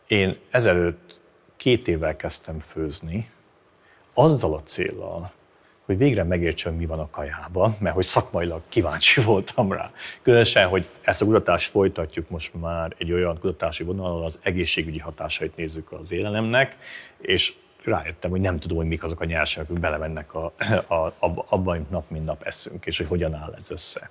Én ezelőtt 2 évvel kezdtem főzni, azzal a céllal, hogy végre megértsem, mi van a kajában, mert hogy szakmailag kíváncsi voltam rá. Különösen, hogy ezt a kutatást folytatjuk most már egy olyan kutatási vonalon, az egészségügyi hatásait nézzük az élelemnek, és rájöttem, hogy nem tudom, hogy mik azok a nyersanyagok, hogy belemennek abban, amit nap mint nap eszünk, és hogy hogyan áll ez össze.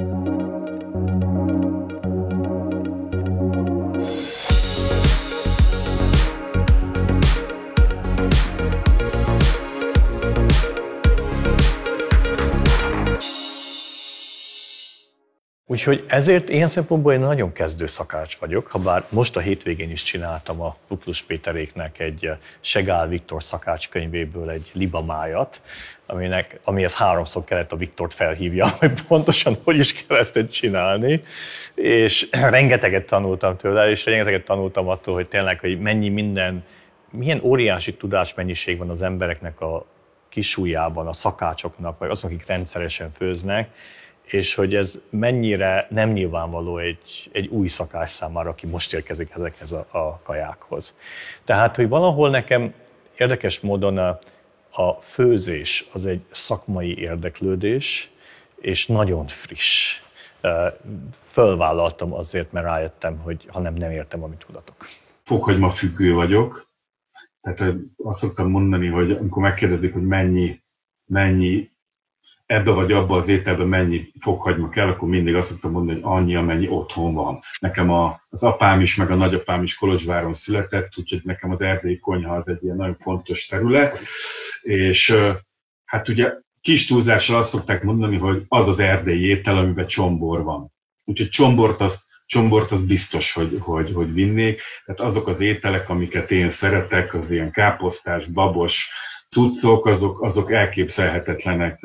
Úgyhogy ezért ilyen szempontból én nagyon kezdő szakács vagyok, habár most a hétvégén is csináltam a Kuklus Péteréknek egy Segál Viktor szakácskönyvéből egy libamájat, amihez 3-szor kellett a Viktort felhívja, hogy pontosan hogy is kell ezt csinálni, és rengeteget tanultam tőle, és rengeteget tanultam attól, hogy tényleg, hogy milyen óriási tudásmennyiség van az embereknek a kisujjában, a szakácsoknak, vagy azok, akik rendszeresen főznek, és hogy ez mennyire nem nyilvánvaló egy új szakács számára, aki most érkezik ezekhez a kajákhoz. Tehát, hogy valahol nekem érdekes módon a főzés az egy szakmai érdeklődés, és nagyon friss. Fölvállaltam azért, mert rájöttem, hogy ha nem értem, amit tudatok. Fokhagyma függő vagyok. Tehát azt szoktam mondani, hogy amikor megkérdezik, hogy mennyi ebbe vagy abba az ételben mennyi fokhagyma kell, akkor mindig azt szoktam mondani, hogy annyi, amennyi otthon van. Nekem az apám is, meg a nagyapám is Kolozsváron született, úgyhogy nekem az erdélyi konyha az egy ilyen nagyon fontos terület. És hát ugye kis túlzással azt szokták mondani, hogy az az erdélyi étel, amiben csombor van. Úgyhogy csombort az biztos, hogy vinnék. Tehát azok az ételek, amiket én szeretek, az ilyen káposztás, babos cuccok, azok elképzelhetetlenek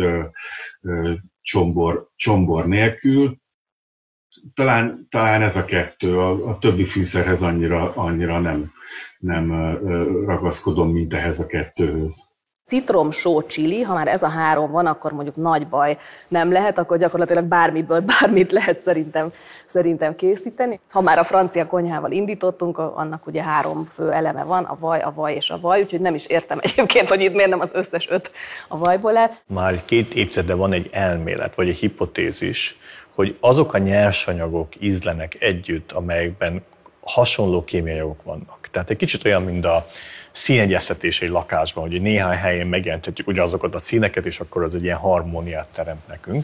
csombor nélkül. Talán ez a kettő, a többi fűszerhez annyira nem ragaszkodom, mint ehhez a kettőhöz. Citrom, só, chili, ha már ez a 3 van, akkor mondjuk nagy baj nem lehet, akkor gyakorlatilag bármiből bármit lehet szerintem készíteni. Ha már a francia konyhával indítottunk, annak ugye 3 fő eleme van, a vaj és a vaj, úgyhogy nem is értem egyébként, hogy itt miért nem az összes 5 a vajból áll. Már 2 évtizede van egy elmélet, vagy egy hipotézis, hogy azok a nyersanyagok ízlenek együtt, amelyekben hasonló kémiai anyagok vannak. Tehát egy kicsit olyan, mint a színegyeztetés egy lakásban, hogy néhány helyen megjelenthetjük ugyanazokat a színeket, és akkor az egy ilyen harmóniát teremt nekünk.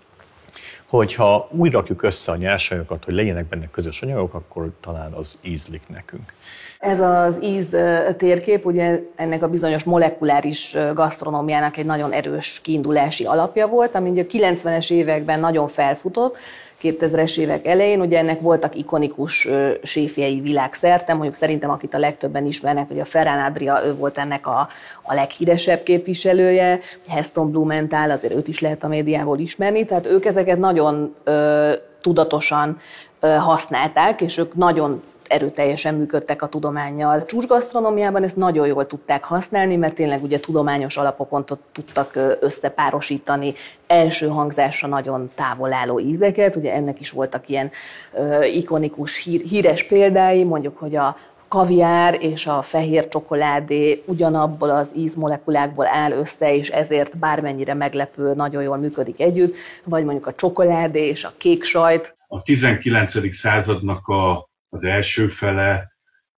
Hogyha úgy rakjuk össze a nyersanyagokat, hogy legyenek benne közös anyagok, akkor talán az ízlik nekünk. Ez az íz térkép, ugye ennek a bizonyos molekuláris gasztronómiának egy nagyon erős kiindulási alapja volt, ami ugye a 90-es években nagyon felfutott, 2000-es évek elején, ugye ennek voltak ikonikus séfjei világszerte, mondjuk szerintem, akit a legtöbben ismernek, hogy a Ferran Adria, ő volt ennek a leghíresebb képviselője, Heston Blumenthal, azért őt is lehet a médiából ismerni, tehát ők ezeket nagyon tudatosan használták, és ők nagyon erőteljesen működtek a tudománnyal. A csúcsgasztronómiában ezt nagyon jól tudták használni, mert tényleg ugye tudományos alapokon tudtak összepárosítani első hangzásra nagyon távol álló ízeket. Ugye ennek is voltak ilyen ikonikus, híres példái, mondjuk, hogy a kaviár és a fehér csokoládé ugyanabból az ízmolekulákból áll össze, és ezért bármennyire meglepő, nagyon jól működik együtt, vagy mondjuk a csokoládé és a kék sajt. A 19. századnak az első fele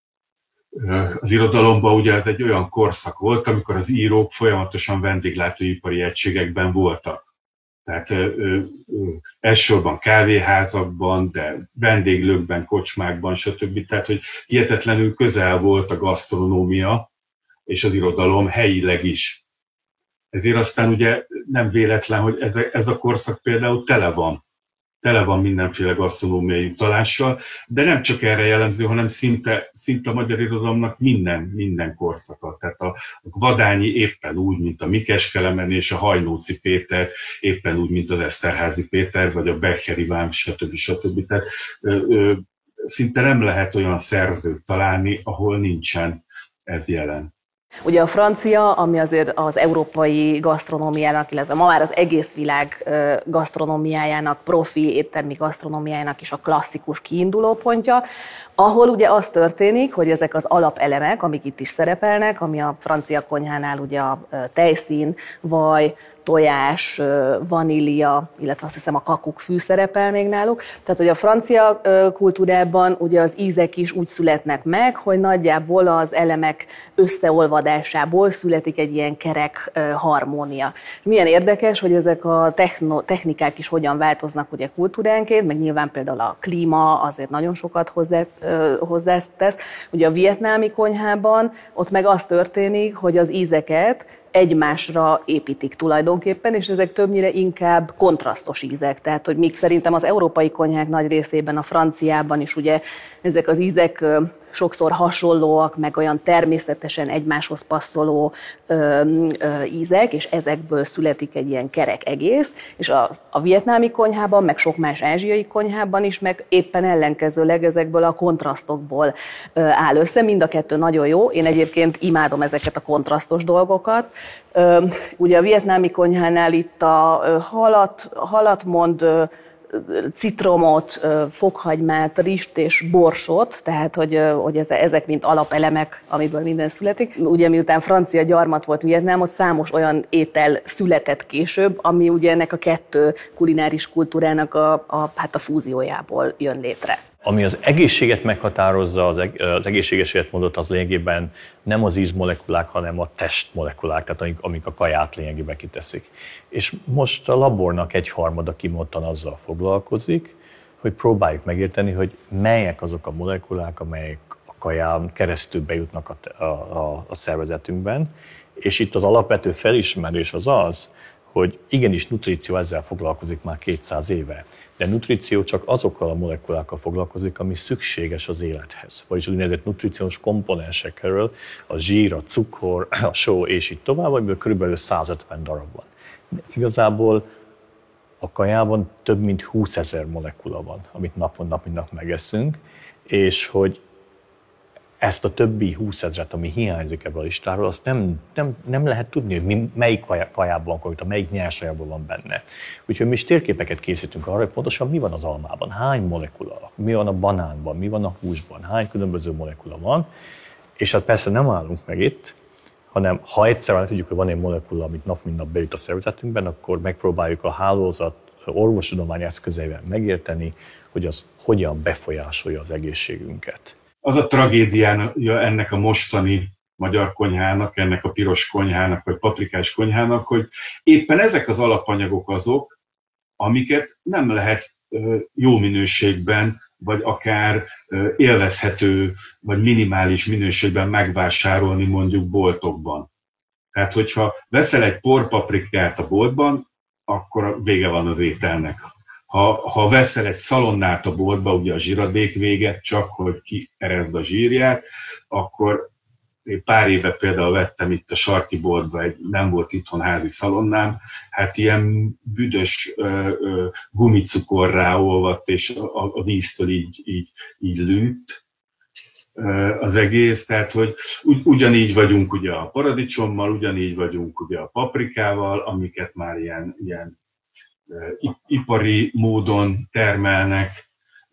az irodalomban ugye ez egy olyan korszak volt, amikor az írók folyamatosan vendéglátóipari egységekben voltak. Tehát elsősorban kávéházakban, de vendéglőkben, kocsmákban, stb. Tehát, hogy hihetetlenül közel volt a gasztronómia és az irodalom helyileg is. Ezért aztán ugye nem véletlen, hogy ez a korszak például tele van mindenféle gasztronómiai utalással, de nem csak erre jellemző, hanem szinte a magyar irodalomnak minden korszaka. Tehát a Vadányi éppen úgy, mint a Mikes Kelemen és a Hajnóci Péter, éppen úgy, mint az Eszterházy Péter, vagy a Becher Iván, stb. Tehát szinte nem lehet olyan szerzőt találni, ahol nincsen ez jelen. Ugye a francia, ami azért az európai gasztronómiának, illetve ma már az egész világ gasztronómiájának, profi éttermi gasztronómiájának is a klasszikus kiindulópontja, ahol ugye az történik, hogy ezek az alapelemek, amik itt is szerepelnek, ami a francia konyhánál ugye a tejszín, vaj, tojás, vanília, illetve azt hiszem a kakukkfű szerepel még náluk. Tehát, hogy a francia kultúrában ugye az ízek is úgy születnek meg, hogy nagyjából az elemek összeolvadásából születik egy ilyen kerek harmónia. Milyen érdekes, hogy ezek a technikák is hogyan változnak ugye kultúránként, meg nyilván például a klíma azért nagyon sokat hozzátesz. Ugye a vietnámi konyhában ott meg az történik, hogy az ízeket egymásra építik tulajdonképpen, és ezek többnyire inkább kontrasztos ízek. Tehát, hogy míg szerintem az európai konyhák nagy részében, a franciában is ugye ezek az ízek sokszor hasonlóak, meg olyan természetesen egymáshoz passzoló ízek, és ezekből születik egy ilyen kerek egész, és a vietnámi konyhában, meg sok más ázsiai konyhában is, meg éppen ellenkezőleg ezekből a kontrasztokból áll össze. Mind a kettő nagyon jó. Én egyébként imádom ezeket a kontrasztos dolgokat. Ugye a vietnámi konyhánál itt a halat mond, citromot, fokhagymát, rist és borsot, tehát hogy ezek mint alapelemek, amiből minden születik. Ugye miután francia gyarmat volt Vietnám, ott számos olyan étel született később, ami ugye ennek a kettő kulináris kultúrának a fúziójából jön létre. Ami az egészséget meghatározza, az egészséges életmódot, az lényegében nem az ízmolekulák, hanem a testmolekulák, tehát amik a kaját lényegében kiteszik. És most a labornak 1/3 kimondottan azzal foglalkozik, hogy próbáljuk megérteni, hogy melyek azok a molekulák, amelyek a kaján keresztül bejutnak a szervezetünkben. És itt az alapvető felismerés az, hogy igenis nutríció ezzel foglalkozik már 200 éve. De a nutríció csak azokkal a molekulákkal foglalkozik, ami szükséges az élethez. Vagyis úgynevezett nutríciós komponensekről, a zsír, a cukor, a só és így tovább, amiből kb. 150 darab van. De igazából a kajában több mint 20 000 molekula van, amit nap mint nap megeszünk, és hogy ezt a többi 20 000-et, ami hiányzik ebből a listáról, azt nem lehet tudni, hogy melyik kajában van, melyik nyersanyagban van benne. Úgyhogy mi is térképeket készítünk arra, hogy pontosan mi van az almában, hány molekula, mi van a banánban, mi van a húsban, hány különböző molekula van, és hát persze nem állunk meg itt, hanem ha egyszer tudjuk, hogy van egy molekula, amit nap mint nap bejut a szervezetünkben, akkor megpróbáljuk a hálózat orvostudomány eszközeivel megérteni, hogy az hogyan befolyásolja az egészségünket. Az a tragédiája ennek a mostani magyar konyhának, ennek a piros konyhának, vagy paprikás konyhának, hogy éppen ezek az alapanyagok azok, amiket nem lehet jó minőségben, vagy akár élvezhető, vagy minimális minőségben megvásárolni mondjuk boltokban. Tehát, hogyha veszel egy porpaprikát a boltban, akkor vége van az ételnek. Ha veszel egy szalonnát a boltba, ugye a zsíradék vége, csak hogy kierezd a zsírját, akkor én pár éve például vettem itt a sarki boltba, nem volt itthon házi szalonnám, hát ilyen büdös gumicukorrá olvadt, és a víztől így lűtt az egész. Tehát, hogy ugyanígy vagyunk ugye a paradicsommal, ugyanígy vagyunk ugye a paprikával, amiket már ilyen ipari módon termelnek,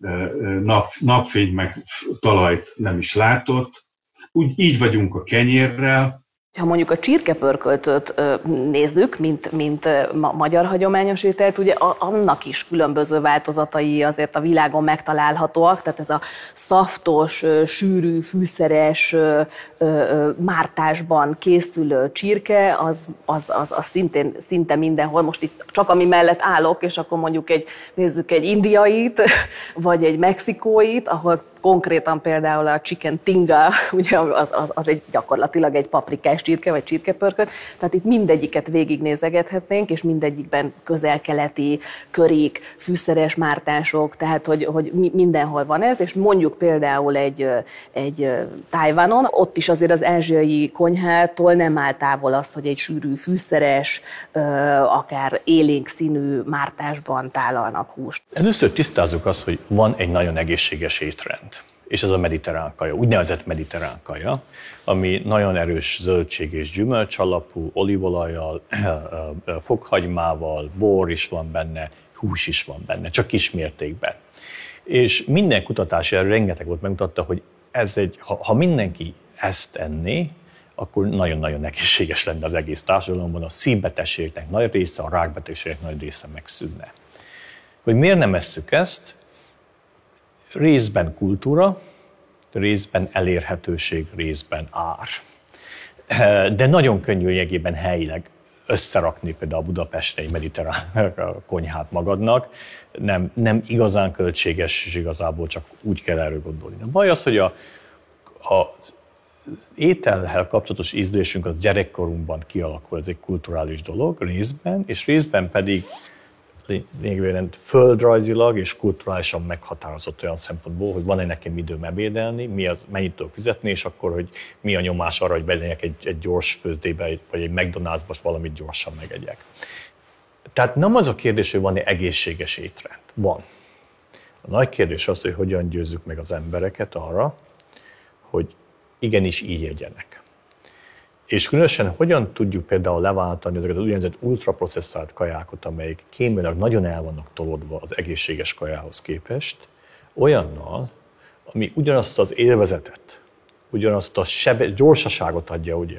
napfény meg talajt nem is látott. Így vagyunk a kenyérrel. Ha mondjuk a csirkepörköltöt nézzük, mint magyar hagyományos ételt, ugye annak is különböző változatai azért a világon megtalálhatóak, tehát ez a szaftos, sűrű, fűszeres, mártásban készülő csirke, az szinte mindenhol. Most itt csak ami mellett állok, és akkor mondjuk nézzük egy indiait, vagy egy mexikóit, ahol konkrétan például a chicken tinga, ugye az gyakorlatilag egy paprikás csirke, vagy csirkepörkölt, tehát itt mindegyiket végignézegethetnénk, és mindegyikben közel-keleti körik, fűszeres mártások, tehát hogy mindenhol van ez, és mondjuk például egy Tajvanon, ott is azért az ázsiai konyhától nem áll távol az, hogy egy sűrű, fűszeres, akár élénk színű mártásban tálalnak húst. Először tisztázzuk azt, hogy van egy nagyon egészséges étrend. és ez a mediterrán kaja, úgynevezett mediterrán kaja, ami nagyon erős zöldség és gyümölcs alapú, olívolajjal, fokhagymával, bor is van benne, hús is van benne, csak kis mértékben. És minden kutatás erről rengeteg volt megmutatta, hogy ha mindenki ezt enné, akkor nagyon-nagyon egészséges lenne az egész társadalomban, a szívbetegségeknek nagy része, a rákbetegségeknek nagy része megszűnne. Hogy miért nem esszük ezt? Részben kultúra, részben elérhetőség, részben ár. De nagyon könnyű lényegében helyileg összerakni például a Budapesten egy mediterrán konyhát magadnak. Nem igazán költséges, és igazából csak úgy kell erről gondolni. A baj az, hogy az étellel kapcsolatos ízlésünk az gyerekkorunkban kialakul, ez egy kulturális dolog részben, és részben pedig földrajzilag és kulturálisan meghatározott olyan szempontból, hogy van-e nekem időm ebédelni, mennyit tudok fizetni, és akkor, hogy mi a nyomás arra, hogy belegyek egy gyors főzdébe, vagy egy McDonald'sba valamit gyorsan megegyek. Tehát nem az a kérdés, hogy van-e egészséges étrend. Van. A nagy kérdés az, hogy hogyan győzzük meg az embereket arra, hogy igenis így egyenek. És különösen hogyan tudjuk például leváltani ezeket az úgynevezett ultraprocesszált kajákat, amelyek kémiailag nagyon el vannak tolódva az egészséges kajához képest, olyannal, ami ugyanazt az élvezetet, ugyanazt a gyorsaságot adja ugye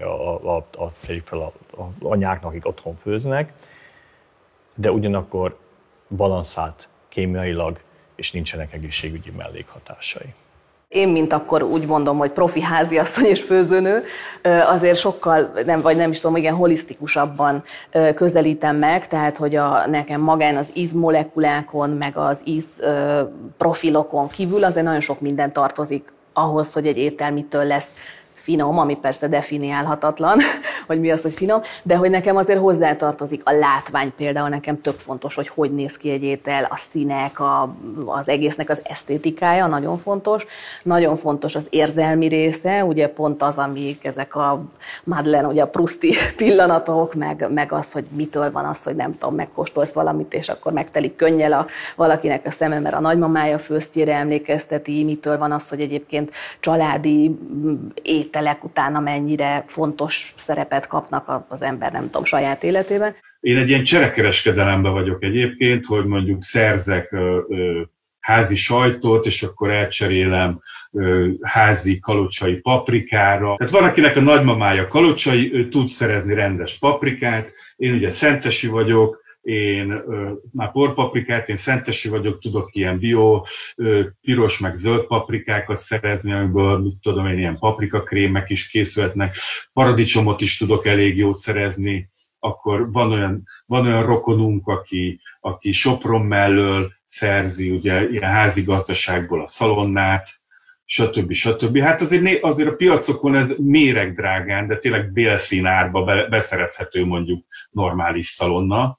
az anyáknak, akik otthon főznek, de ugyanakkor balanszált kémiailag, és nincsenek egészségügyi mellékhatásai. Én, mint akkor úgy mondom, hogy profi háziasszony és főzőnő, azért sokkal, nem is tudom, igen, holisztikusabban közelítem meg, tehát hogy nekem magán az ízmolekulákon, meg az ízprofilokon kívül azért nagyon sok minden tartozik ahhoz, hogy egy étel mitől lesz finom, ami persze definiálhatatlan, hogy mi az, hogy finom, de hogy nekem azért hozzátartozik a látvány például, nekem tök fontos, hogy néz ki egy étel, a színek, az egésznek az esztétikája, nagyon fontos. Nagyon fontos az érzelmi része, ugye pont az, amik ezek a Madeleine, ugye a pruszti pillanatok, meg az, hogy mitől van az, hogy nem tudom, megkóstolsz valamit, és akkor megtelik könnyel valakinek a szeme, mert a nagymamája főztjére emlékezteti, mitől van az, hogy egyébként családi ételek utána mennyire fontos szerepet kapnak az ember, nem tudom, saját életében. Én egy ilyen cserekereskedelemben vagyok egyébként, hogy mondjuk szerzek házi sajtot, és akkor elcserélem házi kalocsai paprikára. Tehát van, akinek a nagymamája kalocsai, ő tud szerezni rendes paprikát, én ugye szentesi vagyok, én már porpaprikát, én szentesi vagyok, tudok ilyen bio, piros meg zöld paprikákat szerezni, amiből, mit tudom én, ilyen paprikakrémek is készülhetnek, paradicsomot is tudok elég jót szerezni, akkor van olyan rokonunk, aki Sopron mellől szerzi, ugye ilyen házigazdaságból a szalonnát, stb. Hát azért a piacokon ez méregdrágán, de tényleg bélszínárba beszerezhető mondjuk normális szalonna,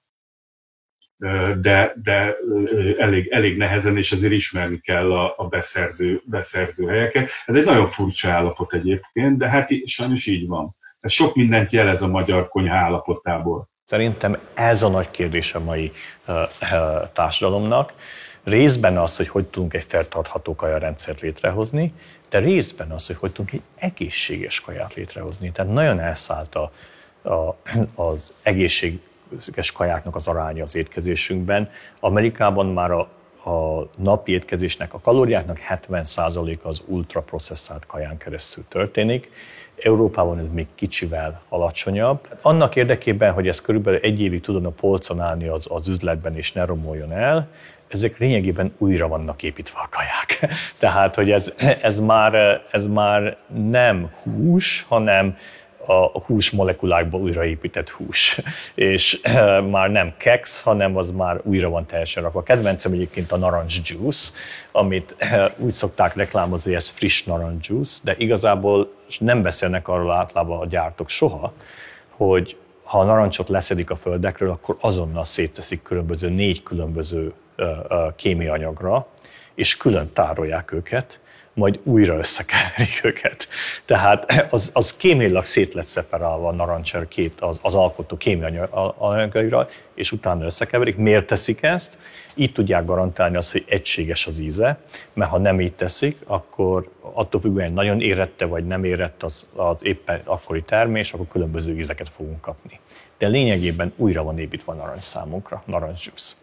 de elég nehezen, és azért ismerni kell a beszerző helyeket. Ez egy nagyon furcsa állapot egyébként, de hát sajnos így van. Ez sok mindent jelez a magyar konyha állapotából. Szerintem ez a nagy kérdés a mai társadalomnak. Részben az, hogy tudunk egy fenntartható kajarendszert létrehozni, de részben az, hogy tudunk egy egészséges kaját létrehozni. Tehát nagyon elszállt az egészséges kajáknak az aránya az étkezésünkben. Amerikában már a napi étkezésnek, a kalóriáknak 70%-a az ultraprocesszált kaján keresztül történik. Európában ez még kicsivel alacsonyabb. Annak érdekében, hogy ez körülbelül egy évig tudjon a polcon állni az üzletben és ne romoljon el, ezek lényegében újra vannak építve a kaják. Tehát, hogy ez már nem hús, hanem a hús molekulákból újraépített hús. És már nem keksz, hanem az már újra van teljesen rakva. A kedvencem egyébként a narancs juice, amit úgy szokták reklámozni, hogy ez friss narancs juice, de igazából nem beszélnek arról általában a gyártók soha, hogy ha a narancsot leszedik a földekről, akkor azonnal szétteszik 4 különböző kémiai anyagra, és külön tárolják őket, majd újra összekeverik őket. Tehát az kémiailag szét lett szeparálva a narancser az alkotó kémiai anyagaira, és utána összekeverik. Miért teszik ezt? Így tudják garantálni azt, hogy egységes az íze, mert ha nem így teszik, akkor attól függően nagyon érette vagy nem érett az éppen akkori termés, akkor különböző ízeket fogunk kapni. De lényegében újra van építve a narancs számunkra, narancsjuice.